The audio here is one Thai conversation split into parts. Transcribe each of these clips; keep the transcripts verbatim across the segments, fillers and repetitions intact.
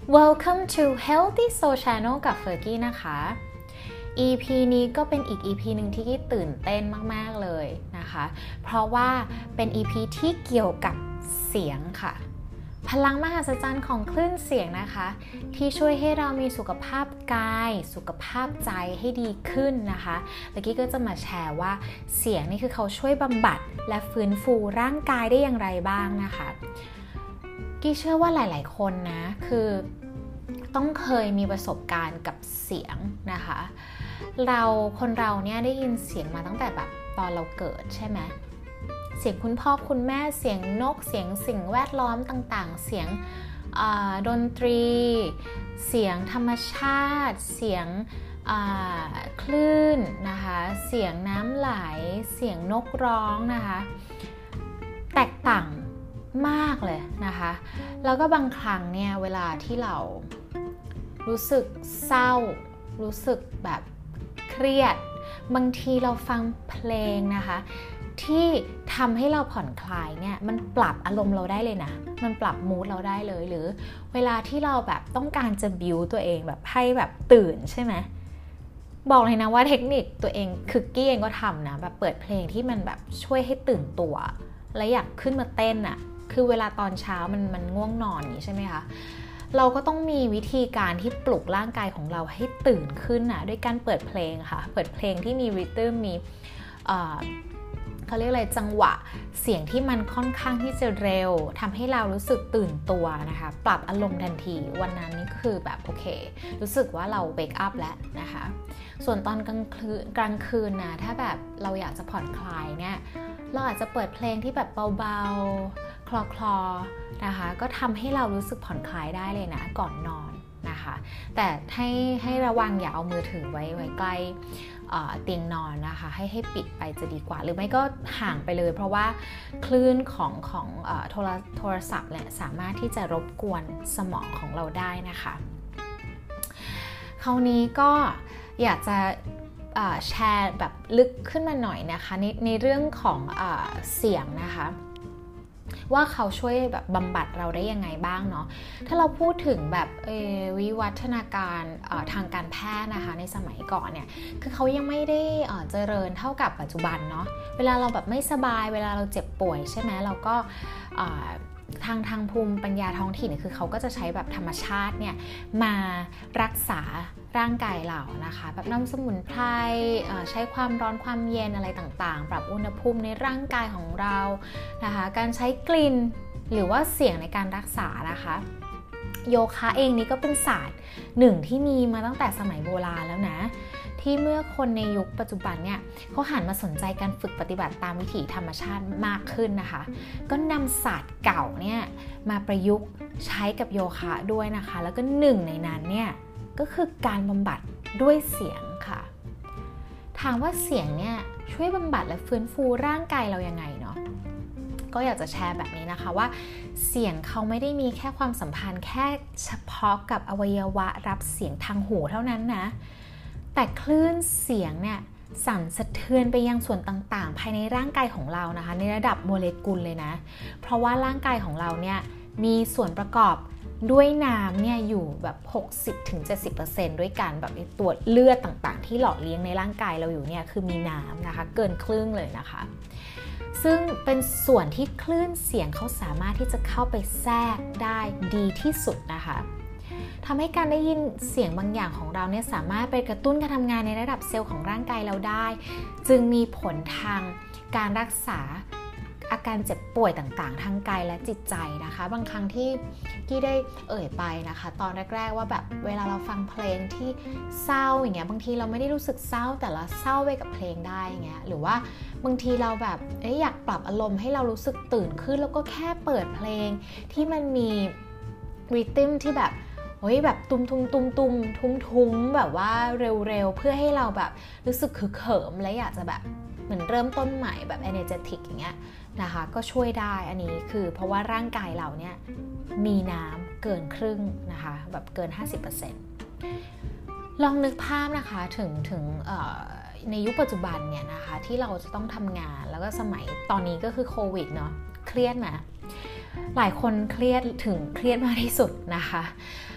Welcome to Healthy Soul Channel กับเฟอร์กี้นะคะ อี พี นี้ก็เป็นอีก อี พี หนึ่งที่กี้ตื่นเต้นมากๆเลยนะคะเพราะว่าเป็น อี พี ที่เกี่ยวกับเสียงค่ะพลังมหัศจรรย์ของคลื่นเสียงนะคะที่ช่วยให้เรามีสุขภาพกายสุขภาพใจให้ดีขึ้นนะคะแล้วกี้ก็จะมาแชร์ว่าเสียงนี่คือเขาช่วยบำบัดและฟื้นฟูร่างกายได้อย่างไรบ้างนะคะกี้เชื่อว่าหลายๆคนนะคือต้องเคยมีประสบการณ์กับเสียงนะคะเราคนเราเนี่ยได้ยินเสียงมาตั้งแต่แบบตอนเราเกิดใช่ไหมเสียงคุณพ่อคุณแม่เสียงนกเสียงสิ่งแวดล้อมต่างๆเสียงดนตรีเสียงธรรมชาติเสียงคลื่นนะคะเสียงน้ำไหลเสียงนกร้องนะคะแตกต่างมากเลยนะคะแล้วก็บางครั้งเนี่ยเวลาที่เรารู้สึกเศร้ารู้สึกแบบเครียดบางทีเราฟังเพลงนะคะที่ทำให้เราผ่อนคลายเนี่ยมันปรับอารมณ์เราได้เลยนะมันปรับมูดเราได้เลยหรือเวลาที่เราแบบต้องการจะบิวตัวเองแบบให้แบบตื่นใช่ไหมบอกเลยนะว่าเทคนิคตัวเองคือกี้เองก็ทำนะแบบเปิดเพลงที่มันแบบช่วยให้ตื่นตัวและอยากขึ้นมาเต้นอ่ะคือเวลาตอนเช้ามันมันง่วงนอนอย่างนี้ใช่ไหมคะเราก็ต้องมีวิธีการที่ปลุกร่างกายของเราให้ตื่นขึ้นนะด้วยการเปิดเพลงค่ะเปิดเพลงที่มีริทึมมีเขาเรียกอะไรจังหวะเสียงที่มันค่อนข้างที่จะเร็วทำให้เรารู้สึกตื่นตัวนะคะปรับอารมณ์ทันทีวันนั้นนี่คือแบบโอเครู้สึกว่าเราเวกอัพแล้วนะคะส่วนตอนกลางคืนกลางคืนนะถ้าแบบเราอยากจะผ่อนคลายเนี่ยเราอาจจะเปิดเพลงที่แบบเบาๆคลอๆนะคะก็ทำให้เรารู้สึกผ่อนคลายได้เลยนะก่อนนอนนะคะแต่ให้ให้ระวังอย่าเอามือถือไว้ไว้ใกล้เตียงนอนนะคะให้ให้ปิดไปจะดีกว่าหรือไม่ก็ห่างไปเลยเพราะว่าคลื่นของของโทรโทรศัพท์เนี่ยสามารถที่จะรบกวนสมองของเราได้นะคะคราวนี้ก็อยากจะแชร์แบบลึกขึ้นมาหน่อยนะคะในในเรื่องของเสียงนะคะว่าเขาช่วยแบบบำบัดเราได้ยังไงบ้างเนาะถ้าเราพูดถึงแบบวิวัฒนาการทางการแพทย์นะคะในสมัยก่อนเนี่ยคือเขายังไม่ได้เจริญเท่ากับปัจจุบันเนาะเวลาเราแบบไม่สบายเวลาเราเจ็บป่วยใช่ไหมเราก็ทางทางภูมิปัญญาท้องถิ่นคือเขาก็จะใช้แบบธรรมชาติเนี่ยมารักษาร่างกายเรานะคะแบบน้ำสมุนไพรใช้ความร้อนความเย็นอะไรต่างๆปรับอุณหภูมิในร่างกายของเรานะคะการใช้กลิ่นหรือว่าเสียงในการรักษานะคะโยคะเองนี่ก็เป็นศาสตร์หนึ่งที่มีมาตั้งแต่สมัยโบราณแล้วนะที่เมื่อคนในยุคปัจจุบันเนี่ยเขาหันมาสนใจการฝึกปฏิบัติตามวิถีธรรมชาติมากขึ้นนะคะก็นำศาสตร์เก่าเนี่ยมาประยุกต์ใช้กับโยคะด้วยนะคะแล้วก็หนึ่งในนั้นเนี่ยก็คือการบำบัดด้วยเสียงค่ะถามว่าเสียงเนี่ยช่วยบำบัดและฟื้นฟูร่างกายเรายังไงเนาะก็อยากจะแชร์แบบนี้นะคะว่าเสียงเขาไม่ได้มีแค่ความสัมพันธ์แค่เฉพาะกับอวัยวะรับเสียงทางหูเท่านั้นนะแต่คลื่นเสียงเนี่ยสั่นสะเทือนไปยังส่วนต่างๆภายในร่างกายของเรานะคะในระดับโมเลกุลเลยนะเพราะว่าร่างกายของเราเนี่ยมีส่วนประกอบด้วยน้ำเนี่ยอยู่แบบ หกสิบถึงเจ็ดสิบเปอร์เซ็นต์ ด้วยกันแบบตัวเลือดต่างๆที่หล่อเลี้ยงในร่างกายเราอยู่เนี่ยคือมีน้ำนะคะเกินครึ่งเลยนะคะซึ่งเป็นส่วนที่คลื่นเสียงเขาสามารถที่จะเข้าไปแทรกได้ดีที่สุดนะคะทำให้การได้ยินเสียงบางอย่างของเราเนี่ยสามารถไปกระตุ้นการทำงานในระดับเซลล์ของร่างกายเราได้จึงมีผลทางการรักษาอาการเจ็บป่วยต่างๆทางกายและจิตใจนะคะบางครั้งที่ที่ได้เอ่ยไปนะคะตอนแรกๆว่าแบบเวลาเราฟังเพลงที่เศร้าอย่างเงี้ยบางทีเราไม่ได้รู้สึกเศร้าแต่เราเศร้าไปกับเพลงได้อย่างเงี้ยหรือว่าบางทีเราแบบเอ๊ะอยากปรับอารมณ์ให้เรารู้สึกตื่นขึ้นแล้วก็แค่เปิดเพลงที่มันมีริทึมที่แบบเฮ้ยแบบตุ้มตุ้มตุ้มตุ้มทุ้มทุ้มแบบว่าเร็วๆเพื่อให้เราแบบรู้สึกคึกเขิมและอยากจะแบบเหมือนเริ่มต้นใหม่แบบ energetic อย่างเงี้ยนะคะก็ช่วยได้อันนี้คือเพราะว่าร่างกายเราเนี่ยมีน้ำเกินครึ่งนะคะแบบเกิน ห้าสิบเปอร์เซ็นต์ ลองนึกภาพนะคะถึงถึงในยุคปัจจุบันเนี่ยนะคะที่เราจะต้องทำงานแล้วก็สมัยตอนนี้ก็คือโควิดเนาะเครียดไหมหลายคนเครียดถึงเครียดมากที่สุดนะคะ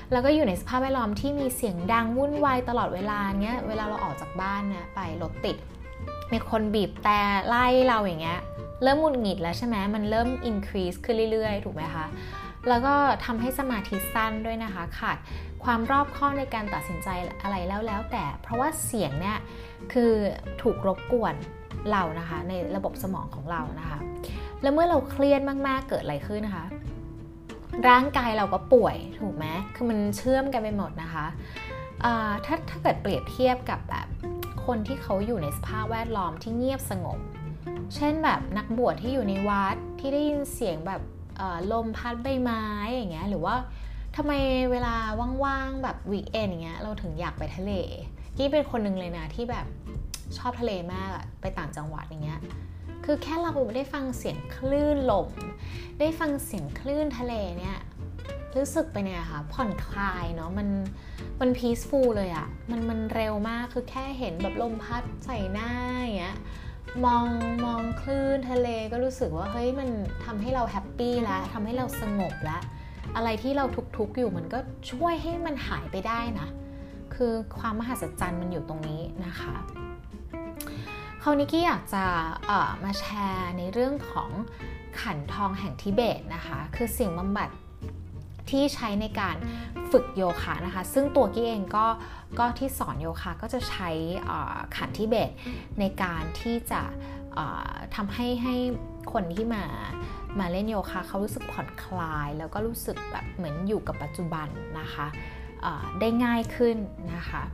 แล้วก็อยู่ในสภาพแวดล้อมที่มีเสียงดังวุ่นวายตลอดเวลาเงี้ยเวลาเราออกจากบ้านเนี่ยไปรถติดมีคนบีบแต่ไล่เราอย่างเงี้ยเริ่มหงุดหงิดแล้วใช่ไหมมันเริ่ม increase ขึ้นเรื่อยๆถูกไหมคะแล้วก็ทำให้สมาธิสั้นด้วยนะคะขาดความรอบคอบในการตัดสินใจอะไรแล้วแล้วแต่เพราะว่าเสียงเนี่ยคือถูกรบกวนเรานะคะในระบบสมองของเรานะคะแล้วเมื่อเราเครียดมากๆเกิดอะไรขึ้นนะคะร่างกายเราก็ป่วยถูกไหมคือมันเชื่อมกันไปหมดนะคะถ้าถ้าเกิดเปรียบเทียบกับแบบคนที่เขาอยู่ในสภาพแวดล้อมที่เงียบสงบเช่นแบบนักบวชที่อยู่ในวัดที่ได้ยินเสียงแบบลมพัดใบไม้อย่างเงี้ยหรือว่าทำไมเวลาว่างๆแบบวีคเอนด์อย่างเงี้ยเราถึงอยากไปทะเลกี้เป็นคนนึงเลยนะที่แบบชอบทะเลมากไปต่างจังหวัดอย่างเงี้ยคือแค่เราได้ฟังเสียงคลื่นลมได้ฟังเสียงคลื่นทะเลเนี่ยรู้สึกไปเนี่ยค่ะผ่อนคลายเนาะมันมันพีซฟูลเลยอะมันมันเร็วมากคือแค่เห็นแบบลมพัดใส่หน้าอย่างเงี้ยมองมองคลื่นทะเลก็รู้สึกว่าเฮ้ยมันทำให้เราแฮปปี้แล้วทำให้เราสงบแล้วอะไรที่เราทุกข์ๆอยู่มันก็ช่วยให้มันหายไปได้นะคือความมหัศจรรย์มันอยู่ตรงนี้นะคะคราวนี้กี้อยากจะเอ่อมาแชร์ในเรื่องของขันทองแห่งทิเบตนะคะคือสิ่งบำบัดที่ใช้ในการฝึกโยคะนะคะซึ่งตัวกี้เองก็ก็ที่สอนโยคะก็จะใช้ขันทิเบตในการที่จะทำให้ให้คนที่มามาเล่นโยคะเขารู้สึกผ่อนคลายแล้วก็รู้สึกแบบเหมือนอยู่กับปัจจุบันนะคะได้ง่ายขึ้นนะคะ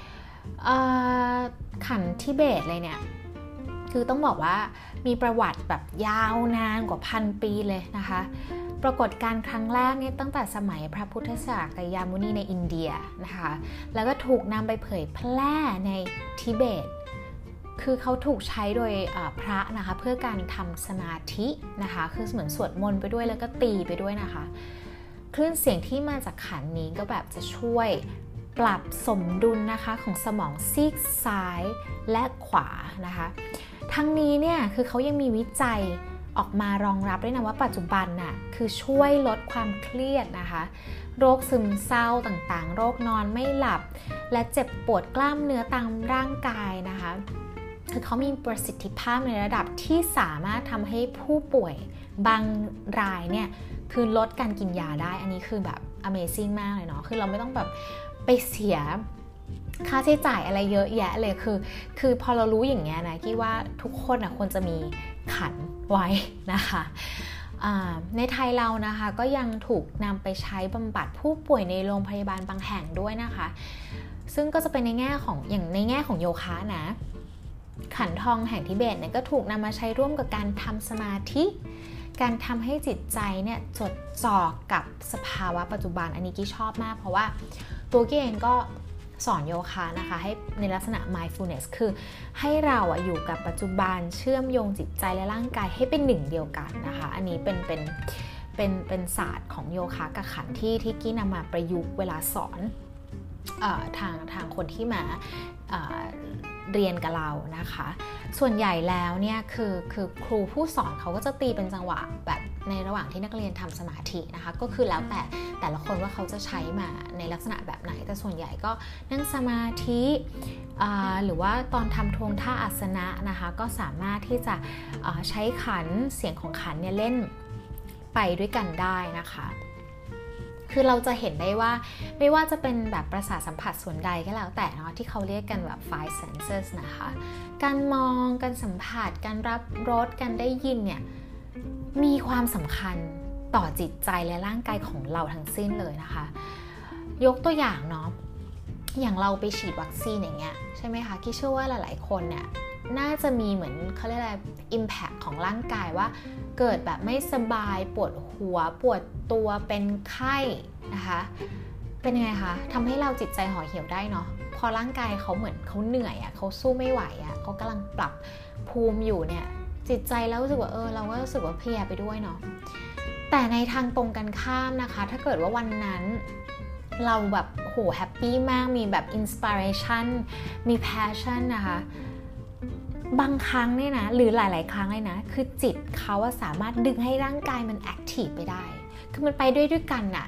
ขันทิเบตเลยเนี่ยคือต้องบอกว่ามีประวัติแบบยาวนานกว่าพันปีเลยนะคะปรากฏการณ์ครั้งแรกเนี่ยตั้งแต่สมัยพระพุทธศาสยามุนีในอินเดียนะคะแล้วก็ถูกนำไปเผยแพร่ในทิเบตคือเขาถูกใช้โดยพระนะคะเพื่อการทำสมาธินะคะคือเหมือนสวดมนต์ไปด้วยแล้วก็ตีไปด้วยนะคะคลื่นเสียงที่มาจากขันนี้ก็แบบจะช่วยปรับสมดุลนะคะของสมองซีกซ้ายและขวานะคะทั้งนี้เนี่ยคือเขายังมีวิจัยออกมารองรับด้วยนะว่าปัจจุบันน่ะคือช่วยลดความเครียดนะคะโรคซึมเศร้าต่างๆโรคนอนไม่หลับและเจ็บปวดกล้ามเนื้อตามร่างกายนะคะคือเขามีประสิทธิภาพในระดับที่สามารถทำให้ผู้ป่วยบางรายเนี่ยคือลดการกินยาได้อันนี้คือแบบ Amazing มากเลยเนาะคือเราไม่ต้องแบบไปเสียค่าใช้จ่ายอะไรเยอะแยะเลยคือคือพอเรารู้อย่างเงี้ยนะคิดว่าทุกคนนะควรจะมีขันไว้นะคะในไทยเรานะคะก็ยังถูกนำไปใช้บำบัดผู้ป่วยในโรงพยาบาลบางแห่งด้วยนะคะซึ่งก็จะเป็นในแง่ของอย่างในแง่ของโยคะนะขันทองแห่งทิเบตเนี่ยก็ถูกนำมาใช้ร่วมกับการทำสมาธิการทำให้จิตใจเนี่ยจดจ่อกับสภาวะปัจจุบันอันนี้กี้ชอบมากเพราะว่าตัวกี้เองก็สอนโยคะนะคะให้ในลักษณะ mindfulness คือให้เราอะอยู่กับปัจจุบันเชื่อมโยงจิตใจและร่างกายให้เป็นหนึ่งเดียวกันนะคะอันนี้เป็นเป็นเป็นเป็นศาสตร์ของโยคะกับขันที่ที่กี้นำมาประยุกต์เวลาสอนเอ่อทางทางคนที่มาเอ่อเรียนกับเรานะคะส่วนใหญ่แล้วเนี่ยคือคือครูผู้สอนเขาก็จะตีเป็นจังหวะแบบในระหว่างที่นักเรียนทำสมาธินะคะก็คือแล้วแต่แต่ละคนว่าเขาจะใช้มาในลักษณะแบบไหนแต่ส่วนใหญ่ก็นั่งสมาธิหรือว่าตอนทำทวงท่าอาสนะนะคะก็สามารถที่จะใช้ขันเสียงของขันเนี่ยเล่นไปด้วยกันได้นะคะคือเราจะเห็นได้ว่าไม่ว่าจะเป็นแบบประสาทสัมผัสส่วนใดก็แล้วแต่เนาะที่เขาเรียกกันแบบ five senses นะคะการมองการสัมผัสการรับรสการได้ยินเนี่ยมีความสำคัญต่อจิตใจและร่างกายของเราทั้งสิ้นเลยนะคะยกตัวอย่างเนาะอย่างเราไปฉีดวัคซีนอย่างเงี้ยใช่ไหมคะคิดเชื่อว่าหลายๆคนเนี่ยน่าจะมีเหมือนเขาเรียกอะไร impact ของร่างกายว่าเกิดแบบไม่สบายปวดหัวปวดตัวเป็นไข้นะคะเป็นยังไงคะทำให้เราจิตใจห่อเหี่ยวได้เนาะพอร่างกายเขาเหมือนเขาเหนื่อยอ่ะเขาสู้ไม่ไหวอ่ะเขากำลังปรับภูมิอยู่เนี่ยจิตใจแล้วรู้สึกว่าเออเราก็รู้สึกว่าเพลียไปด้วยเนาะแต่ในทางตรงกันข้ามนะคะถ้าเกิดว่าวันนั้นเราแบบโหแฮปปี้มากมีแบบอินสปิเรชันมีแพชชั่นนะคะบางครั้งเนี่ยนะหรือหลายๆครั้งเลยนะคือจิตเขาสามารถดึงให้ร่างกายมันแอคทีฟไปได้คือมันไปด้วยด้วยกันน่ะค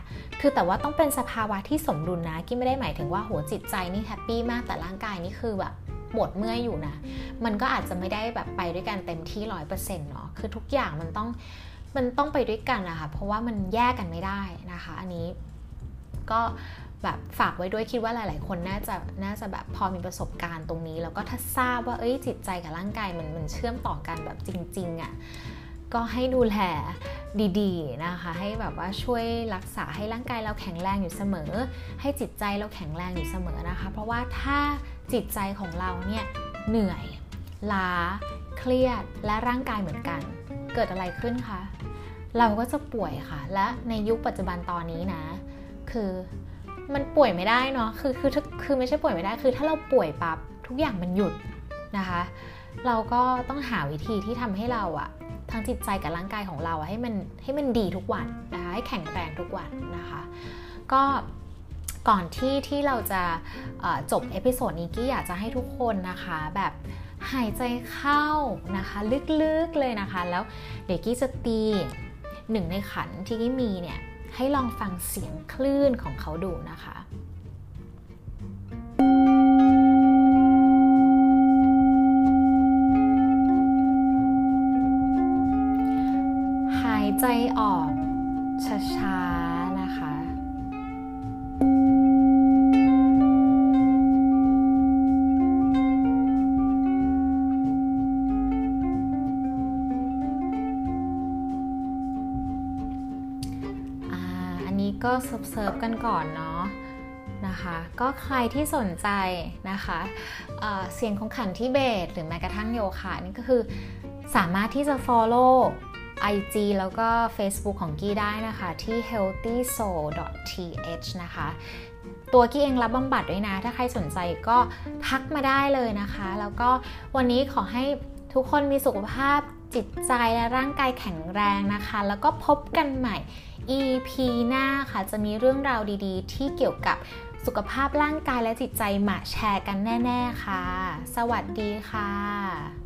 คือแต่ว่าต้องเป็นสภาวะที่สมดุลนะกี้ไม่ได้หมายถึงว่าโหจิตใจนี่แฮปปี้มากแต่ร่างกายนี่คือแบบปวดเมื่อยอยู่นะมันก็อาจจะไม่ได้แบบไปด้วยกันเต็มที่ ร้อยเปอร์เซ็นต์ เนาะคือทุกอย่างมันต้องมันต้องไปด้วยกันนะคะเพราะว่ามันแยกกันไม่ได้นะคะอันนี้ก็แบบฝากไว้ด้วยคิดว่าหลายๆคนน่าจะน่าจะแบบพอมีประสบการณ์ตรงนี้แล้วก็ถ้าทราบว่าเอ้ยจิตใจกับร่างกายมันมันเชื่อมต่อกันแบบจริงๆอ่ะก็ให้ดูแลดีๆนะคะให้แบบว่าช่วยรักษาให้ร่างกายเราแข็งแรงอยู่เสมอให้จิตใจเราแข็งแรงอยู่เสมอนะคะเพราะว่าถ้าจิตใจของเราเนี่ยเหนื่อยล้าเครียดและร่างกายเหมือนกันเกิดอะไรขึ้นคะเราก็จะป่วยค่ะและในยุคปัจจุบันตอนนี้นะคือมันป่วยไม่ได้เนาะคือคือคือไม่ใช่ป่วยไม่ได้คือถ้าเราป่วยปั๊บทุกอย่างมันหยุดนะคะเราก็ต้องหาวิธีที่ทำให้เราอะทั้งจิตใจกับร่างกายของเราให้มันให้มันดีทุกวันนะคะให้แข็งแรงทุกวันนะคะก็ก่อนที่ที่เราจะจบเอพิโซดนี้กี้อยากจะให้ทุกคนนะคะแบบหายใจเข้านะคะลึกๆเลยนะคะแล้วเดี๋ยวกี้จะตีหนึ่งในขันที่กี้มีเนี่ยให้ลองฟังเสียงคลื่นของเขาดูนะคะหายใจออกช้าๆนะคะก็เซิร์ฟๆกันก่อนเนาะนะคะก็ใครที่สนใจนะคะเอ่อเสียงของขันทิเบตหรือแม้กระทั่งโยคะนี่ก็คือสามารถที่จะ follow ไอ จี แล้วก็ Facebook ของกี้ได้นะคะที่ เฮลตี้โซล ดอท ที เอช นะคะตัวกี้เองรับบำบัดด้วยนะถ้าใครสนใจก็ทักมาได้เลยนะคะแล้วก็วันนี้ขอให้ทุกคนมีสุขภาพจิตใจและร่างกายแข็งแรงนะคะแล้วก็พบกันใหม่ อี พี หน้าค่ะจะมีเรื่องราวดีๆที่เกี่ยวกับสุขภาพร่างกายและจิตใจมาแชร์กันแน่ๆค่ะสวัสดีค่ะ